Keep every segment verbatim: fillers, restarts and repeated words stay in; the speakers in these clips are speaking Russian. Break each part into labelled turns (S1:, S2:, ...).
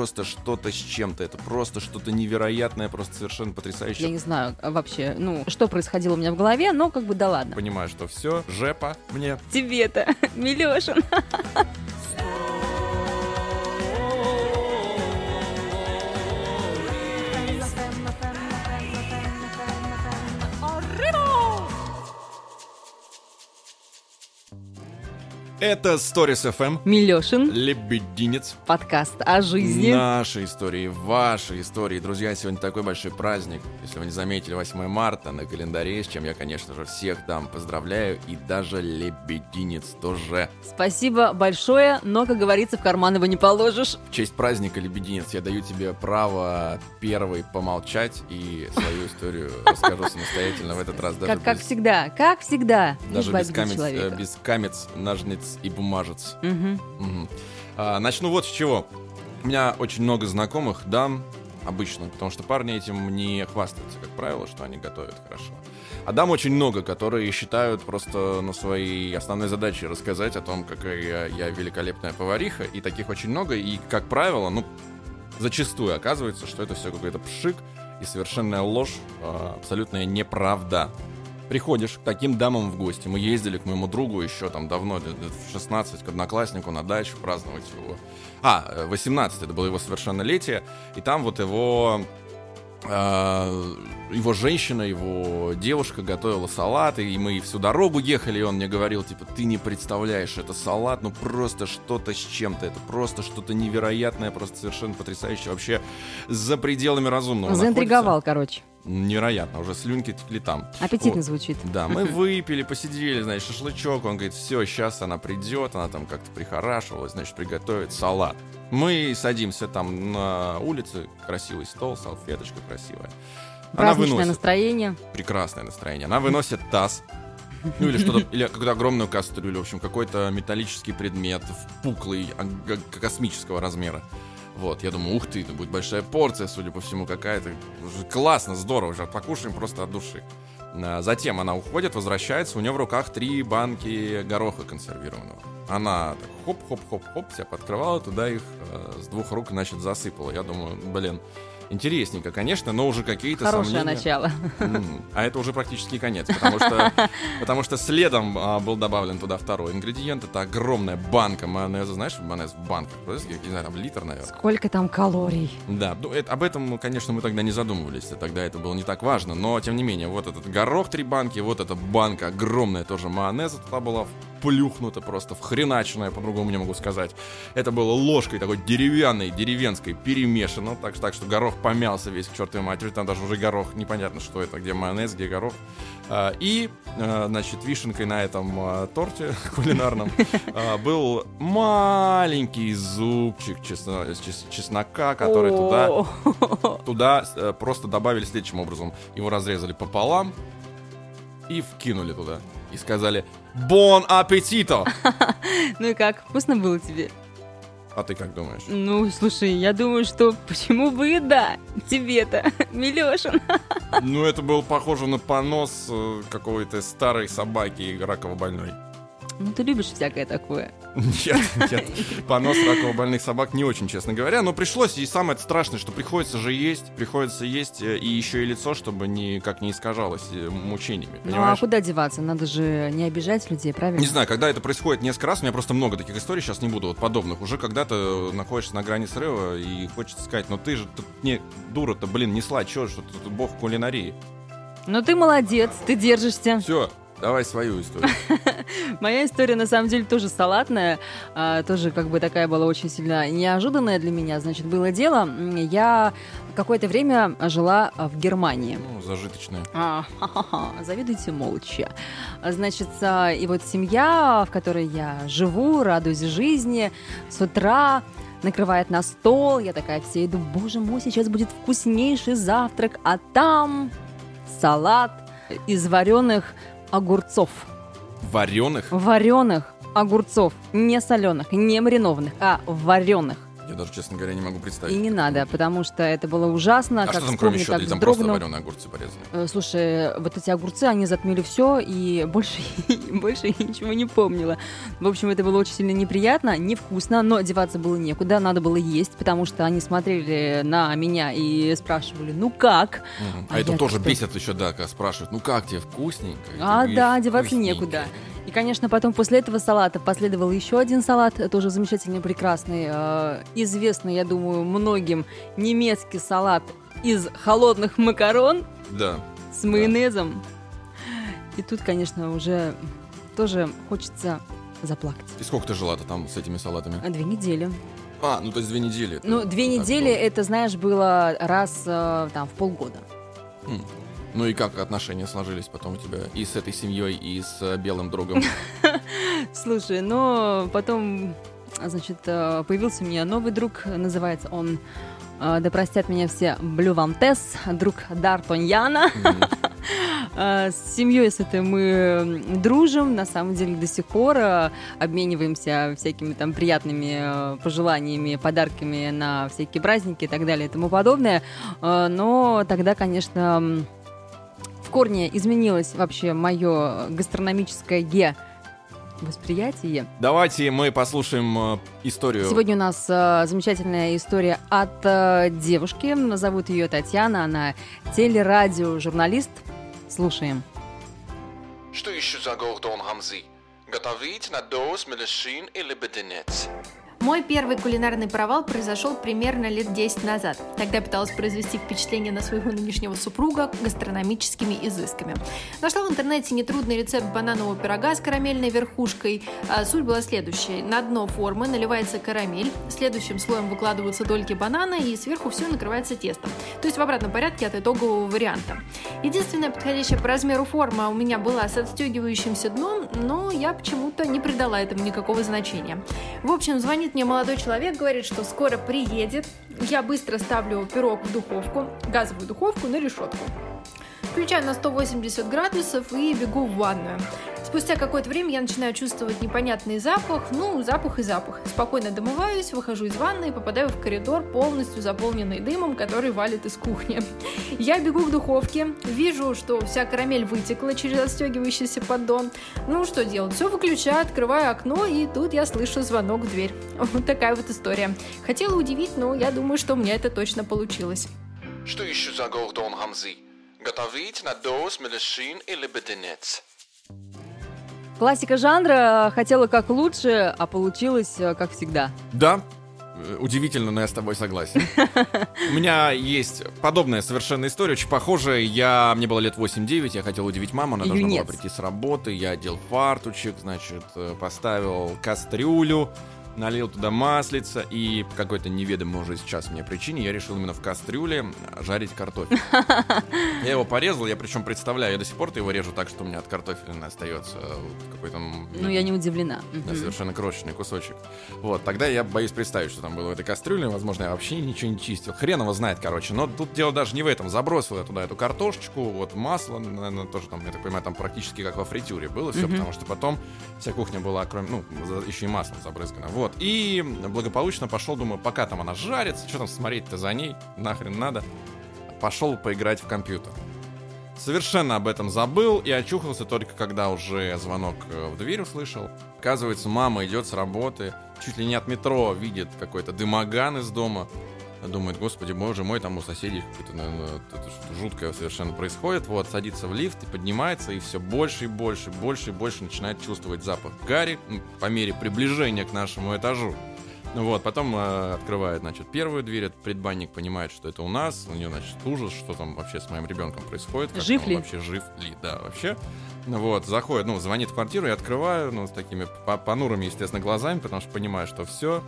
S1: просто что-то с чем-то. Это просто что-то невероятное, просто совершенно потрясающее.
S2: Я не знаю вообще, ну, что происходило у меня в голове, но как бы да ладно.
S1: Понимаю, что все, жепа мне.
S2: Тебе-то, Милешин.
S1: Это Stories эф эм.
S2: Милешин.
S1: Лебединец.
S2: Подкаст о жизни.
S1: Наши истории, ваши истории. Друзья, сегодня такой большой праздник. Если вы не заметили, восьмое марта на календаре, с чем я, конечно же, всех дам поздравляю. И даже Лебединец тоже.
S2: Спасибо большое, но, как говорится, в карман его не положишь.
S1: В честь праздника Лебединец я даю тебе право первой помолчать и свою историю расскажу самостоятельно в этот раз. Даже
S2: Как, как
S1: без,
S2: всегда, как всегда.
S1: даже
S2: Лишь
S1: без
S2: бы
S1: камец,
S2: обидеть человека.
S1: э, без камец, ножниц и бумажец.
S2: Угу.
S1: Мгм. А, начну вот с чего. У меня очень много знакомых дам, обычно, потому что парни этим не хвастаются, как правило, что они готовят хорошо. А дам очень много, которые считают просто, ну, своей основной задачей рассказать о том, какая я, я великолепная повариха, и таких очень много, и, как правило, ну, зачастую оказывается, что это все какой-то пшик и совершенная ложь, а, абсолютная неправда. Приходишь к таким дамам в гости. Мы ездили к моему другу еще там давно, лет в шестнадцать, к однокласснику на дачу праздновать его. А, восемнадцать, это было его совершеннолетие. И там вот его... э, его женщина, его девушка готовила салат, и мы всю дорогу ехали, и он мне говорил, типа, ты не представляешь, это салат, ну просто что-то с чем-то, это просто что-то невероятное, просто совершенно потрясающее, вообще за пределами разумного.
S2: Заинтриговал,
S1: находится.
S2: короче.
S1: Невероятно, уже слюнки текли там.
S2: Аппетитно
S1: Вот.
S2: звучит.
S1: Да, мы выпили, посидели, значит, шашлычок. Он говорит, все, сейчас она придет, она там как-то прихорашивалась, значит, приготовит салат. Мы садимся там на улице, красивый стол, салфеточка красивая. Она
S2: Праздничное
S1: выносит,
S2: прекрасное
S1: прекрасное настроение, она выносит таз, ну или что-то, или какую-то огромную кастрюлю, в общем, какой-то металлический предмет, впуклый, а, г- космического размера. Вот, я думаю, ух ты, это будет большая порция, судя по всему, какая-то. Классно, здорово, уже покушаем просто от души. А, Затем она уходит, возвращается, у нее в руках три банки гороха консервированного. Она так хоп-хоп-хоп-хоп, себя подкрывала, туда их э, с двух рук, значит, засыпала. Я думаю, блин, интересненько, конечно, но уже какие-то
S2: Хорошее
S1: сомнения.
S2: начало.
S1: М, А это уже практически конец, потому что, потому что следом а, был добавлен туда второй ингредиент. Это огромная банка майонеза. Знаешь, майонез в банках? Я не знаю, там литр, наверное.
S2: Сколько там калорий?
S1: Да, ну, это- об этом, конечно, мы тогда не задумывались. Тогда это было не так важно. Но, тем не менее, вот этот горох три банки, вот эта банка огромная тоже майонеза туда была плюхнута просто, вхреначенная, по-другому не могу сказать. Это было ложкой такой деревянной, деревенской, перемешано. Так, так что горох помялся весь к чертовой матери. Там даже уже горох, непонятно, что это, где майонез, где горох. А, И, а, значит, вишенкой на этом а, торте кулинарном а, был маленький зубчик чесно- чес- чеснока, который туда,
S2: О,
S1: туда э, просто добавили следующим образом. Его разрезали пополам и вкинули туда. И сказали «Бон аппетито!»
S2: Ну и как, вкусно было тебе?
S1: А ты как думаешь?
S2: Ну, слушай, я думаю, что почему бы и да, тебе-то, Милешин.
S1: Ну, это было похоже на понос э, какой-то старой собаки раково-больной.
S2: Ну, ты любишь всякое такое.
S1: Нет, нет. Понос раково-больных собак не очень, честно говоря. Но пришлось, и самое страшное, что приходится же есть, приходится есть, э, и еще и лицо, чтобы никак не искажалось э, мучениями,
S2: Ну, а
S1: понимаешь?
S2: куда деваться? Надо же не обижать людей, правильно?
S1: Не знаю, когда это происходит несколько раз, у меня просто много таких историй, сейчас не буду вот подобных. Уже когда ты находишься на грани срыва и хочется сказать, ну ты же тут не дура-то, блин, несла, чё, что ты тут бог кулинарии.
S2: Ну, ты молодец, ты держишься.
S1: Все, давай свою историю.
S2: Моя история, на самом деле, тоже салатная, а, тоже как бы такая была очень сильно неожиданная для меня. Значит, было дело, м, я какое-то время жила а, в Германии.
S1: Ну, зажиточная.
S2: А, ха-ха-ха, завидуйте молча. А, Значит, а, и вот семья, в которой я живу, радуюсь жизни, с утра накрывает на стол. Я такая вся иду, боже мой, сейчас будет вкуснейший завтрак, а там салат из вареных огурцов.
S1: Вареных?
S2: Вареных огурцов, не соленых, не маринованных, а вареных.
S1: Я даже, честно говоря, не могу представить.
S2: И не надо, потому что это было ужасно.
S1: А
S2: как
S1: что там
S2: вспомню,
S1: кроме еще?
S2: так
S1: Или там
S2: вздрогну.
S1: просто вареные огурцы порезаны?
S2: Э, Слушай, вот эти огурцы, они затмили все, и больше, больше я ничего не помнила. В общем, это было очень сильно неприятно, невкусно, но деваться было некуда, надо было есть, потому что они смотрели на меня и спрашивали, ну как?
S1: Мгм. А,
S2: А
S1: это
S2: я
S1: тоже
S2: как-то-
S1: бесит еще, да, когда спрашивают, ну как тебе, вкусненько? И ты
S2: А,
S1: говоришь,
S2: да, деваться
S1: «Вкусненько».
S2: некуда. И, конечно, потом после этого салата последовал еще один салат, тоже замечательный, прекрасный, э, известный, я думаю, многим немецкий салат из холодных макарон
S1: Да.
S2: с майонезом. И тут, конечно, уже тоже хочется заплакать.
S1: И сколько ты жила-то там с этими салатами?
S2: Две недели.
S1: А, ну то есть две недели. это
S2: Ну, две
S1: так
S2: недели,
S1: долго.
S2: это, знаешь, было раз э, там в полгода.
S1: М. Ну и как отношения сложились потом у тебя и с этой семьей, и с э, белым другом?
S2: Слушай, но потом, значит, э, появился у меня новый друг, называется он, э, да простят меня все, Блю Вантес, друг Д'Артаньяна.
S1: Мгм.
S2: Э, С семьей с этой мы м, дружим, на самом деле до сих пор э, обмениваемся всякими там приятными э, пожеланиями, подарками на всякие праздники и так далее и тому подобное. Э, Но тогда, конечно, м, в корне изменилось вообще мое гастрономическое восприятие.
S1: Давайте мы послушаем э, историю.
S2: Сегодня у нас э, замечательная история от э, девушки. Зовут ее Татьяна. Она телерадиожурналист. Слушаем.
S3: Что еще за Гордон Хамзи? Готовить на дос мелешин или беденец?
S4: Мой первый кулинарный провал произошел примерно лет десять назад. Тогда пыталась произвести впечатление на своего нынешнего супруга гастрономическими изысками. Нашла в интернете нетрудный рецепт бананового пирога с карамельной верхушкой. А суть была следующая. На дно формы наливается карамель, следующим слоем выкладываются дольки банана и сверху все накрывается тестом. То есть в обратном порядке от итогового варианта. Единственная подходящая по размеру форма у меня была с отстегивающимся дном, но я почему-то не придала этому никакого значения. В общем, звонит мне молодой человек, говорит, что скоро приедет. Я быстро ставлю пирог в духовку, газовую духовку на решетку. Включаю на сто восемьдесят градусов и бегу в ванную. Спустя какое-то время я начинаю чувствовать непонятный запах, ну, запах и запах. Спокойно домываюсь, выхожу из ванны и попадаю в коридор, полностью заполненный дымом, который валит из кухни. Я бегу к духовке, вижу, что вся карамель вытекла через отстегивающийся поддон. Ну, что делать? Все выключаю, открываю окно, и тут я слышу звонок в дверь. Вот такая вот история. Хотела удивить, но я думаю, что у меня это точно получилось.
S3: Что еще за Гордон Хамзи? Готовить на дос мелешин или беденец?
S2: Классика жанра. Хотела как лучше, а получилось э, как всегда.
S1: Да, э, удивительно, но я с тобой согласен. У меня есть подобная совершенно история, очень похожая. Я, мне было лет восемь-девять, я хотел удивить маму, она должна была
S2: Юнец.
S1: прийти с работы. Я одел фартучек, значит, э, поставил кастрюлю, налил туда маслица, и по какой-то неведомой уже сейчас мне причине я решил именно в кастрюле жарить картофель. Я его порезал, я причем представляю, я до сих пор его режу так, что у меня от картофеля остается вот какой-то...
S2: Ну, я не удивлена.
S1: Да,
S2: Мгм.
S1: совершенно крошечный кусочек. Вот, тогда я боюсь представить, что там было в этой кастрюле. Возможно, я вообще ничего не чистил. Хрен его знает, короче. Но тут дело даже не в этом. Забросил я туда эту картошечку, вот масло, наверное, тоже там, я так понимаю, там практически как во фритюре было все,
S2: Мгм.
S1: потому что потом вся кухня была, кроме, ну, за- еще и маслом забрызгана. Вот, и благополучно пошел, думаю, пока там она жарится, что там смотреть-то за ней, нахрен надо. Пошел поиграть в компьютер. Совершенно об этом забыл и очухался только когда уже звонок э, в дверь услышал. Оказывается, мама идет с работы, чуть ли не от метро видит какой-то дымоган из дома. Думает, господи, боже мой, там у соседей какое-то, наверное, это что-то жуткое совершенно происходит. Вот, садится в лифт и поднимается, и все больше и больше, больше и больше начинает чувствовать запах гари м, по мере приближения к нашему этажу. Вот, потом э, открывает, значит, первую дверь, этот предбанник понимает, что это у нас, у нее, значит, ужас, что там вообще с моим ребенком происходит. Как
S2: Жив
S1: он
S2: ли?
S1: вообще жив ли, да, вообще. Вот, заходит, ну, звонит в квартиру, я открываю, ну, с такими по- понурыми, естественно, глазами, потому что понимаю, что все,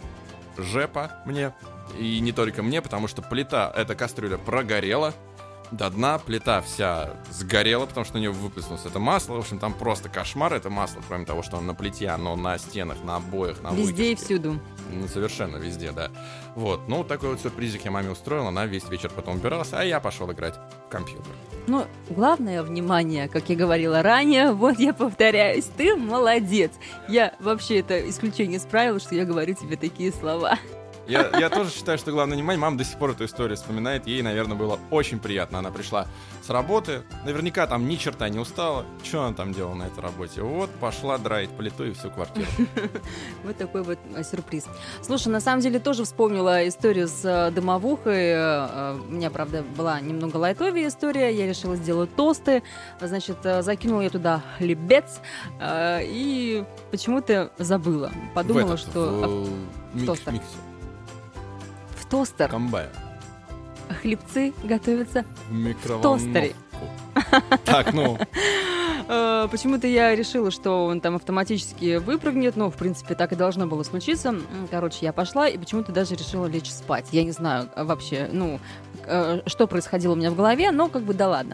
S1: жепа мне, и не только мне, потому что плита, эта кастрюля прогорела до дна, плита вся сгорела, потому что на нее выплеснулось это масло. В общем, там просто кошмар, это масло, кроме того, что оно на плите, оно на стенах, на обоях, на
S2: Везде и
S1: вытяжке.
S2: всюду.
S1: Ну, совершенно везде, да. Вот, ну, такой вот сюрпризик я маме устроил, она весь вечер потом убиралась, а я пошел играть в компьютер.
S2: Ну, главное внимание, как я говорила ранее, вот я повторяюсь, ты молодец. Я вообще это исключение из правил, что я говорю тебе такие слова.
S1: Я, я тоже считаю, что главное внимание. Мама до сих пор эту историю вспоминает. Ей, наверное, было очень приятно. Она пришла с работы. Наверняка там ни черта не устала. Что она там делала на этой работе? Вот, пошла драить плиту и всю квартиру.
S2: Вот такой вот сюрприз. Слушай, на самом деле тоже вспомнила историю с дымовухой. У меня, правда, была немного лайтовая история. Я решила сделать тосты. Значит, закинула я туда хлебец. И почему-то забыла. Подумала,
S1: в этот,
S2: что...
S1: В,
S2: в,
S1: микс, миксер.
S2: В тостер.
S1: Комбайн.
S2: Хлебцы готовятся
S1: в микроволновку.
S2: тостере.
S1: Так, ну...
S2: Почему-то я решила, что он там автоматически выпрыгнет. Ну, в принципе, так и должно было случиться. Короче, я пошла и почему-то даже решила лечь спать. Я не знаю вообще, ну, что происходило у меня в голове, но как бы да ладно.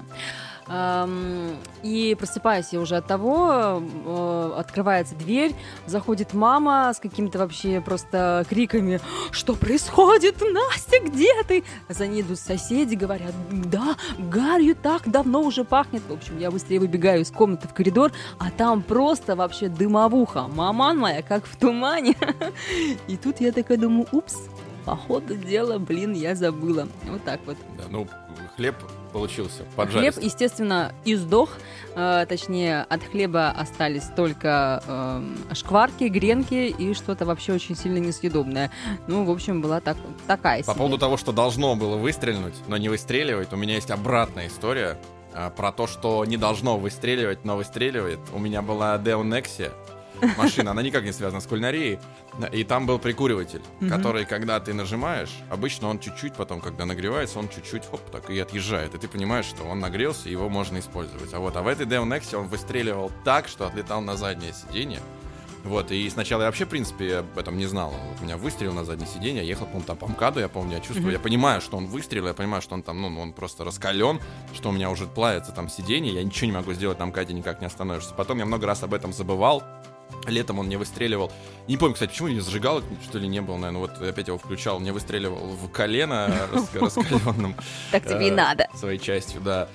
S2: И просыпаюсь я уже от того, открывается дверь, заходит мама с какими-то вообще просто криками: «Что происходит? Настя, где ты?» За ней идут соседи, говорят: «Да, гарью так давно уже пахнет». В общем, я быстрее выбегаю из комнаты в коридор, а там просто вообще дымовуха. Маман моя как в тумане. И тут я такая думаю: упс, по ходу дела, блин, я забыла. Вот так вот.
S1: Да, ну, хлеб получился поджаристый.
S2: Хлеб, естественно, издох. Э, точнее, от хлеба остались только э, шкварки, гренки и что-то вообще очень сильно несъедобное. Ну, в общем, была так, такая
S1: По
S2: себе.
S1: поводу того, что должно было выстрельнуть, но не выстреливает, у меня есть обратная история а, про то, что не должно выстреливать, но выстреливает. У меня была Deo Nexia машина, она никак не связана с кулинарией, и там был прикуриватель, mm-hmm. который, когда ты нажимаешь, обычно он чуть-чуть потом, когда нагревается, он чуть-чуть, хоп, так и отъезжает, и ты понимаешь, что он нагрелся, и его можно использовать. А вот, а в этой Deo Nexia он выстреливал так, что отлетал на заднее сиденье. Вот, и сначала я вообще, в принципе, об этом не знал. Вот у меня выстрелил на заднее сиденье, я ехал, по-моему, там по МКАДу, я помню, я чувствую, mm-hmm. я понимаю, что он выстрелил, я понимаю, что он там, ну, он просто раскален, что у меня уже плавится там сиденье, я ничего не могу сделать, на МКАДе никак не остановишься. Потом я много раз об этом забывал. Летом он мне выстреливал. Не помню, кстати, почему не зажигалок, что ли, не было, наверное. Вот опять его включал, мне выстреливал в колено раскаленным.
S2: Так тебе и надо.
S1: Своей частью, да.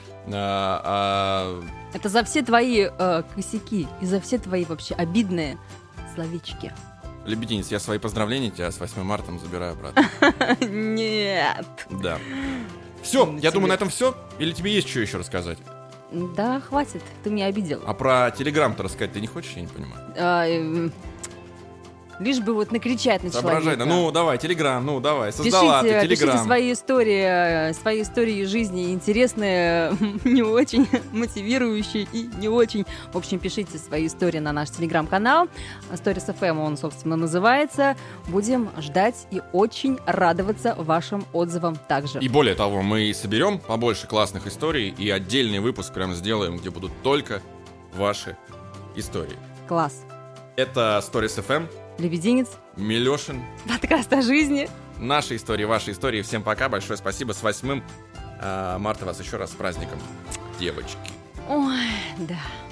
S2: Это за все твои косяки и за все твои вообще обидные словечки.
S1: Лебединец, я свои поздравления тебя с восьмым марта забираю обратно.
S2: Нет.
S1: Да. Все, я думаю, на этом все. Или тебе есть что еще рассказать?
S2: Да, хватит, ты меня обидел.
S1: А про Телеграм-то рассказать ты не хочешь, я не понимаю?
S2: А, э, лишь бы вот накричать на
S1: Соображай,
S2: человека.
S1: да. Ну, давай, Телеграм, ну, давай, создала
S2: пишите,
S1: ты Телеграм.
S2: Пишите свои истории, свои истории жизни, интересные, не очень мотивирующие и не очень. В общем, пишите свои истории на наш Телеграм-канал. Stories эф эм он, собственно, называется. Будем ждать и очень радоваться вашим отзывам также.
S1: И более того, мы соберем побольше классных историй и отдельный выпуск прям сделаем, где будут только ваши истории.
S2: Класс.
S1: Это Stories эф эм.
S2: Лебединец.
S1: Милешин.
S2: Подкаст о жизни.
S1: Наши истории, ваши истории. Всем пока, большое спасибо. С восьмым марта вас еще раз с праздником, девочки.
S2: Ой, да.